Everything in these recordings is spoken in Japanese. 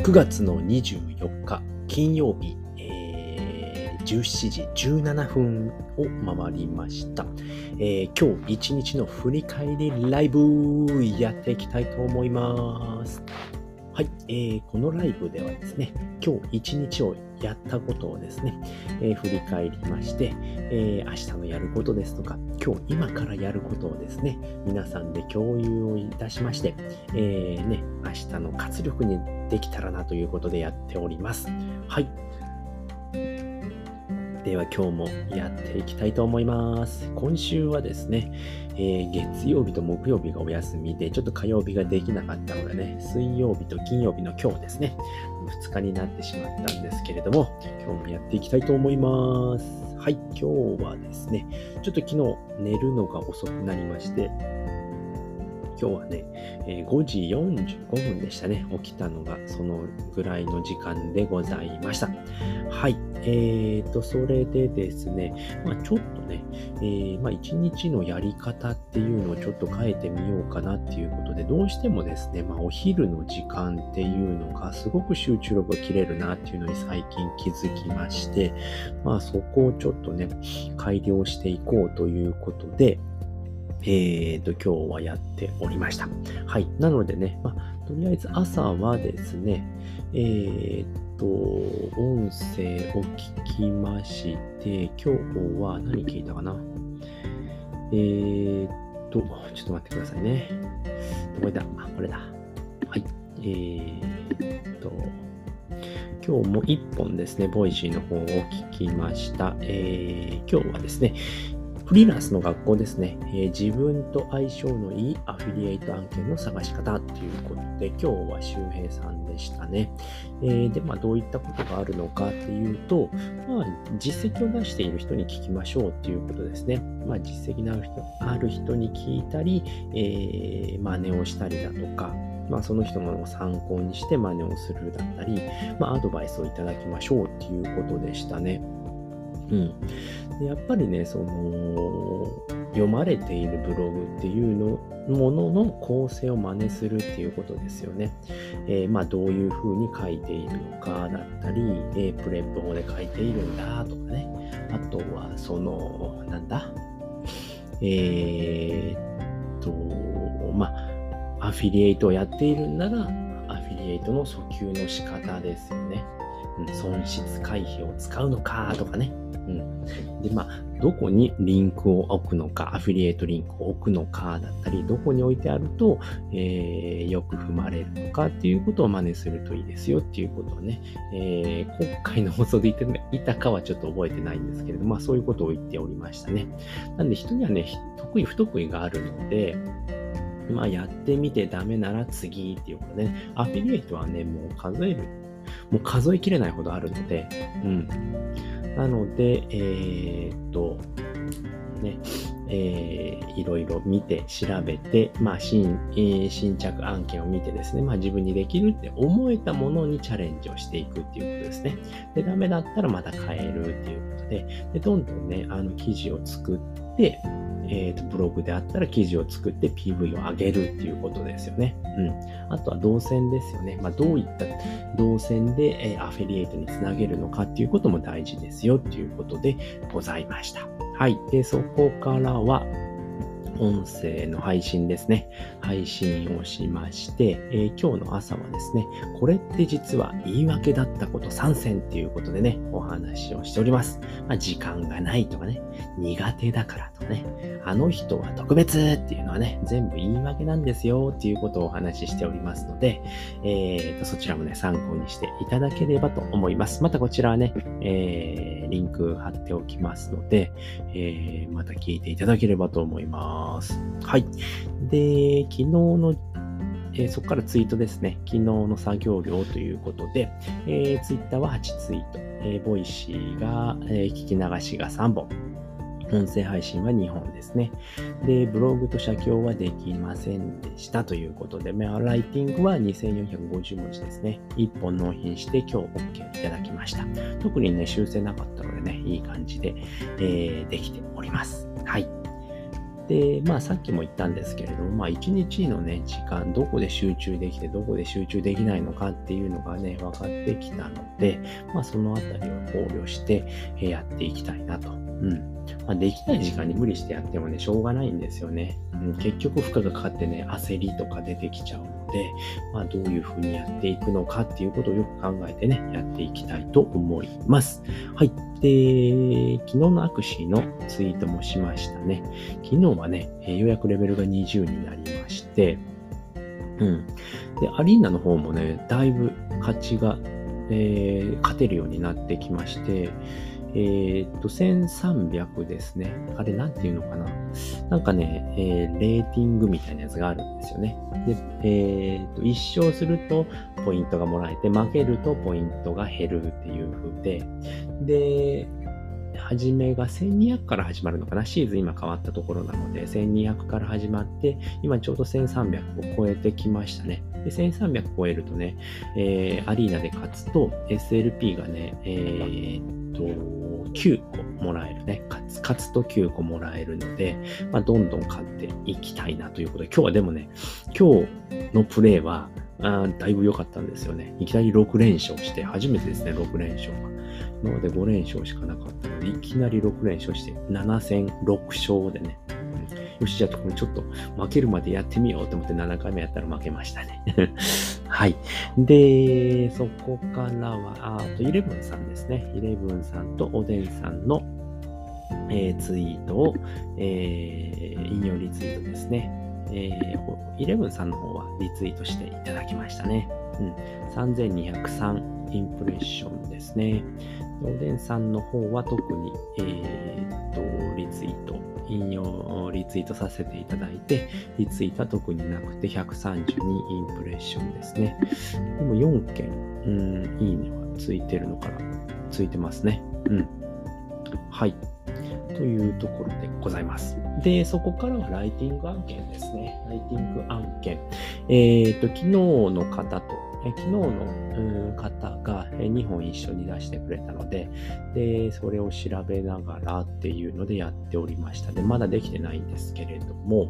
9月の24日金曜日、17時17分を回りました。今日一日の振り返りライブやっていきたいと思います。はい、このライブではですね、今日一日をやったことをですね、振り返りまして、明日のやることですとか、今からやることをですね、皆さんで共有をいたしまして、明日の活力にできたらなということでやっております。はい。では今日もやっていきたいと思います。今週はですね、月曜日と木曜日がお休みで、ちょっと火曜日ができなかったのでね、水曜日と金曜日の今日ですね、2日になってしまったんですけれども、今日もやっていきたいと思います。はい、今日はですね、ちょっと昨日寝るのが遅くなりまして、今日はね、5時45分でしたね。起きたのがそのぐらいの時間でございました。はい。それでですね、ちょっとね、一日のやり方っていうのをちょっと変えてみようかなっていうことで、どうしてもですね、お昼の時間っていうのがすごく集中力が切れるなっていうのに最近気づきまして、そこをちょっとね、改良していこうということで、今日はやっておりました。はい。なのでね、とりあえず朝はですね、音声を聞きまして、今日は何聞いたかな？ちょっと待ってくださいね。どこだ？これだ。はい。今日も1本ですね、ボイシーの方を聞きました。今日はですね、フリーランスの学校ですね、自分と相性のいいアフィリエイト案件の探し方ということで、今日は周平さんでしたね。で、どういったことがあるのかっていうと、実績を出している人に聞きましょうっていうことですね。実績のある人に聞いたり、真似をしたりだとか、その人の参考にして真似をするだったり、アドバイスをいただきましょうっていうことでしたね。でやっぱりね、読まれているブログっていうものの構成を真似するっていうことですよね。どういう風に書いているのかだったり、プレップ法で書いているんだとかね。あとは、アフィリエイトをやっているんなら、アフィリエイトの訴求の仕方ですよね。損失回避を使うのかとかね。で、どこにリンクを置くのか、アフィリエイトリンクを置くのかだったり、どこに置いてあると、よく踏まれるのかっていうことを真似するといいですよっていうことをね、今回の放送で言っていたかはちょっと覚えてないんですけれど、そういうことを言っておりましたね。なんで人にはね、得意不得意があるので、やってみてダメなら次っていうことでね、アフィリエイトはね、もう数えきれないほどあるので、なので、いろいろ見て調べて、新着案件を見てですね、自分にできるって思えたものにチャレンジをしていくっていうことですね。で、ダメだったらまた変えるっていうことで、どんどんね、記事を作って、ブログであったら記事を作って PV を上げるっていうことですよね。あとは動線ですよね。どういった動線で、アフィリエイトにつなげるのかっていうことも大事ですよっていうことでございました。はい。で、そこからは、音声の配信ですね。配信をしまして、今日の朝はですね、これって実は言い訳だったこと3選っていうことでね、お話をしております。時間がないとかね、苦手だからとかね、あの人は特別っていうのはね、全部言い訳なんですよっていうことをお話ししておりますので、そちらもね、参考にしていただければと思います。またこちらはね、リンク貼っておきますので、また聞いていただければと思います。はい。で、昨日のそこからツイートですね。昨日の作業量ということで、ツイッターは8ツイート、ボイシーが、聞き流しが3本、音声配信は2本ですね。で、ブログと写経はできませんでしたということで、ライティングは2450文字ですね。1本納品して今日 OK いただきました。特にね、修正なかったのでね、いい感じで、できております。はい。 で、さっきも言ったんですけれども、一日のね、時間、どこで集中できて、どこで集中できないのかっていうのがね、分かってきたので、そのあたりを考慮してやっていきたいなと。できない時間に無理してやってもね、しょうがないんですよね。結局負荷がかかってね、焦りとか出てきちゃうので、どういうふうにやっていくのかっていうことをよく考えてね、やっていきたいと思います。はい。で、昨日のアクシーのツイートもしましたね。昨日はね、ようやくレベルが20になりまして、で、アリーナの方もね、だいぶ勝ちが、勝てるようになってきまして、1300ですね。あれなんていうのかな。なんかね、レーティングみたいなやつがあるんですよね。で、1勝するとポイントがもらえて、負けるとポイントが減るっていう風で、初めが1200から始まるのかな。シーズン今変わったところなので、1200から始まって、今ちょうど1300を超えてきましたね。で、1300超えるとね、アリーナで勝つと、SLP がね、9個もらえるね。勝つと9個もらえるので、どんどん勝っていきたいなということで、今日はでもね、今日のプレーは、だいぶ良かったんですよね。いきなり6連勝して、初めてですね、6連勝が。今まで5連勝しかなかったので、いきなり6連勝して、7戦6勝でね。よし、じゃあこれちょっと負けるまでやってみようと思って7回目やったら負けましたね。はい。で、そこからは、イレブンさんですね。イレブンさんとおでんさんの、ツイートを、引用リツイートですね。イレブンさんの方はリツイートしていただきましたね。3203インプレッションですね。おでんさんの方は特に、リツイート、引用リツイートさせていただいて、リツイートは特になくて132インプレッションですね。でも4件、いいねはついてるのから、ついてますね。はい。というところでございます。で、そこからはライティング案件ですね。ライティング案件。昨日の方と、昨日の方が2本一緒に出してくれたので、それを調べながらっていうのでやっておりました。で、まだできてないんですけれども、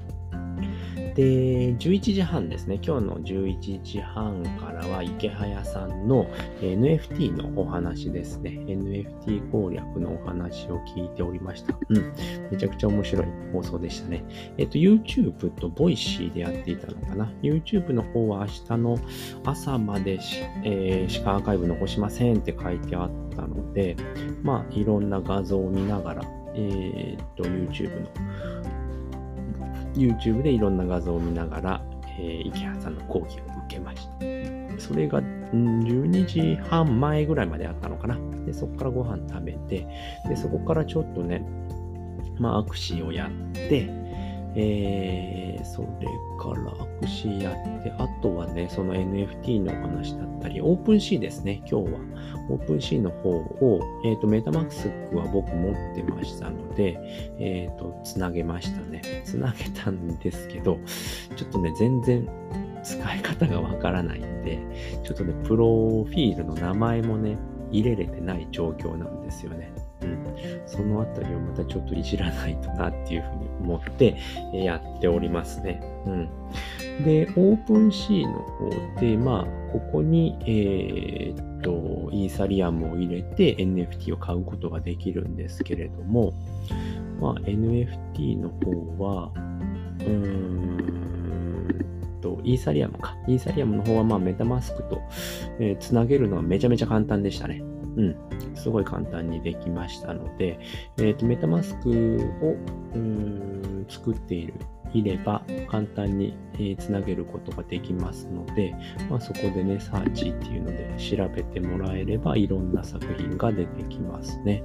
で、11時半ですね。今日の11時半からは池早さんの NFT のお話ですね。NFT 攻略のお話を聞いておりました。めちゃくちゃ面白い放送でしたね。YouTube と Voicy でやっていたのかな。YouTube の方は明日の朝までしかアーカイブ残しませんって書いてあったので、いろんな画像を見ながら、YouTube でいろんな画像を見ながら、池原さんの講義を受けました。それが、12時半前ぐらいまであったのかな。で、そこからご飯食べて、で、そこからちょっとね、アクシーをやって、それからアクシーやって、あとはね、その NFT のお話だったり、オープンシーですね、今日は。オープンシーの方を、メタマスクは僕持ってましたので、つなげましたね。つなげたんですけど、ちょっとね、全然使い方がわからないんで、ちょっとね、プロフィールの名前もね、入れれてない状況なんですよね。そのあたりをまたちょっといじらないとなっていうふうに思ってやっておりますね。で、オープンシーの方で、ここに、イーサリアムを入れて NFT を買うことができるんですけれども、NFT の方は、イーサリアムか。イーサリアムの方はメタマスクと、つなげるのはめちゃめちゃ簡単でしたね。すごい簡単にできましたので、メタマスクを作っていれば簡単につなげることができますので、そこでね、サーチっていうので調べてもらえればいろんな作品が出てきますね。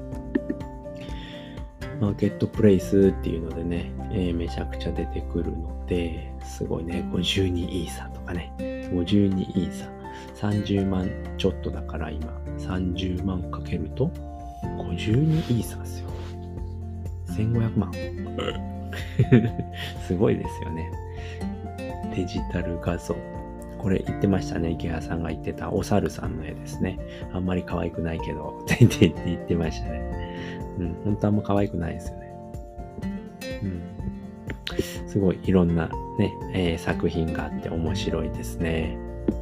マーケットプレイスっていうのでね、めちゃくちゃ出てくるので、すごいね、52イーサとかね、52イーサ、30万ちょっとだから今、30万かけると、52イーサですよ。1500万。すごいですよね。デジタル画像。これ言ってましたね。池原さんが言ってたお猿さんの絵ですね。あんまり可愛くないけど、って言ってましたね。本当あんま可愛くないですよね。 すごいいろんなね、作品があって面白いですね。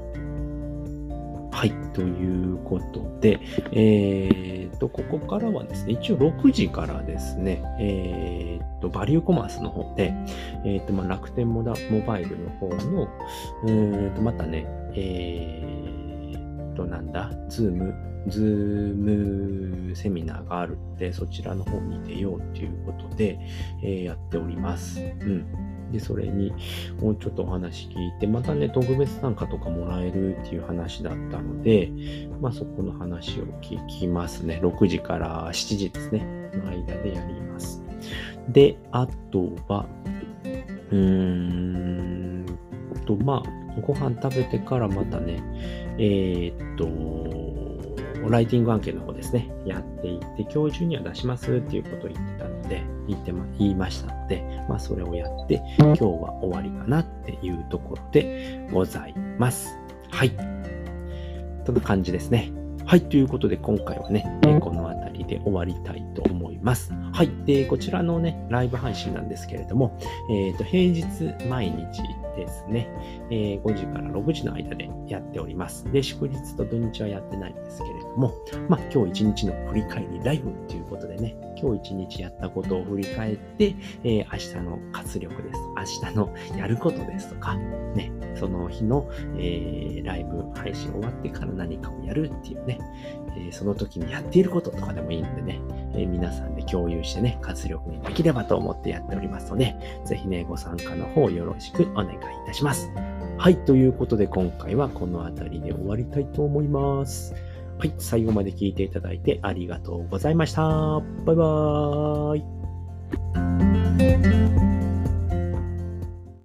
はい。ということで、ここからはですね、一応6時からですね、バリューコマースの方で、楽天モバイルの方の、またね、ズームセミナーがあるので、そちらの方に出ようということで、やっております。で、それにもうちょっとお話聞いて、またね、特別参加とかもらえるっていう話だったので、そこの話を聞きますね。6時から7時ですね、の間でやります。で、あとは、ご飯食べてからまたね、ライティング案件の方ですね、やっていって、今日中には出しますっていうことを言ってたので、言いましたので、それをやって、今日は終わりかなっていうところでございます。はい。そんな感じですね。はい。ということで、今回はね、このあたりで終わりたいと思います。はい。で、こちらのね、ライブ配信なんですけれども、平日毎日ですね、5時から6時の間でやっております。で、祝日と土日はやってないんですけれども、今日一日の振り返りライブということでね、今日一日やったことを振り返って、明日の活力です。明日のやることですとか、ね、その日の、ライブ配信終わってから何かをやるっていうね、その時にやっていることとかでもいいのでね、皆さんで共有してね、活力にできればと思ってやっておりますので、ぜひね、ご参加の方よろしくお願いいたします。はい、ということで今回はこの辺りで終わりたいと思います。はい、最後まで聞いていただいてありがとうございました。バイバーイ。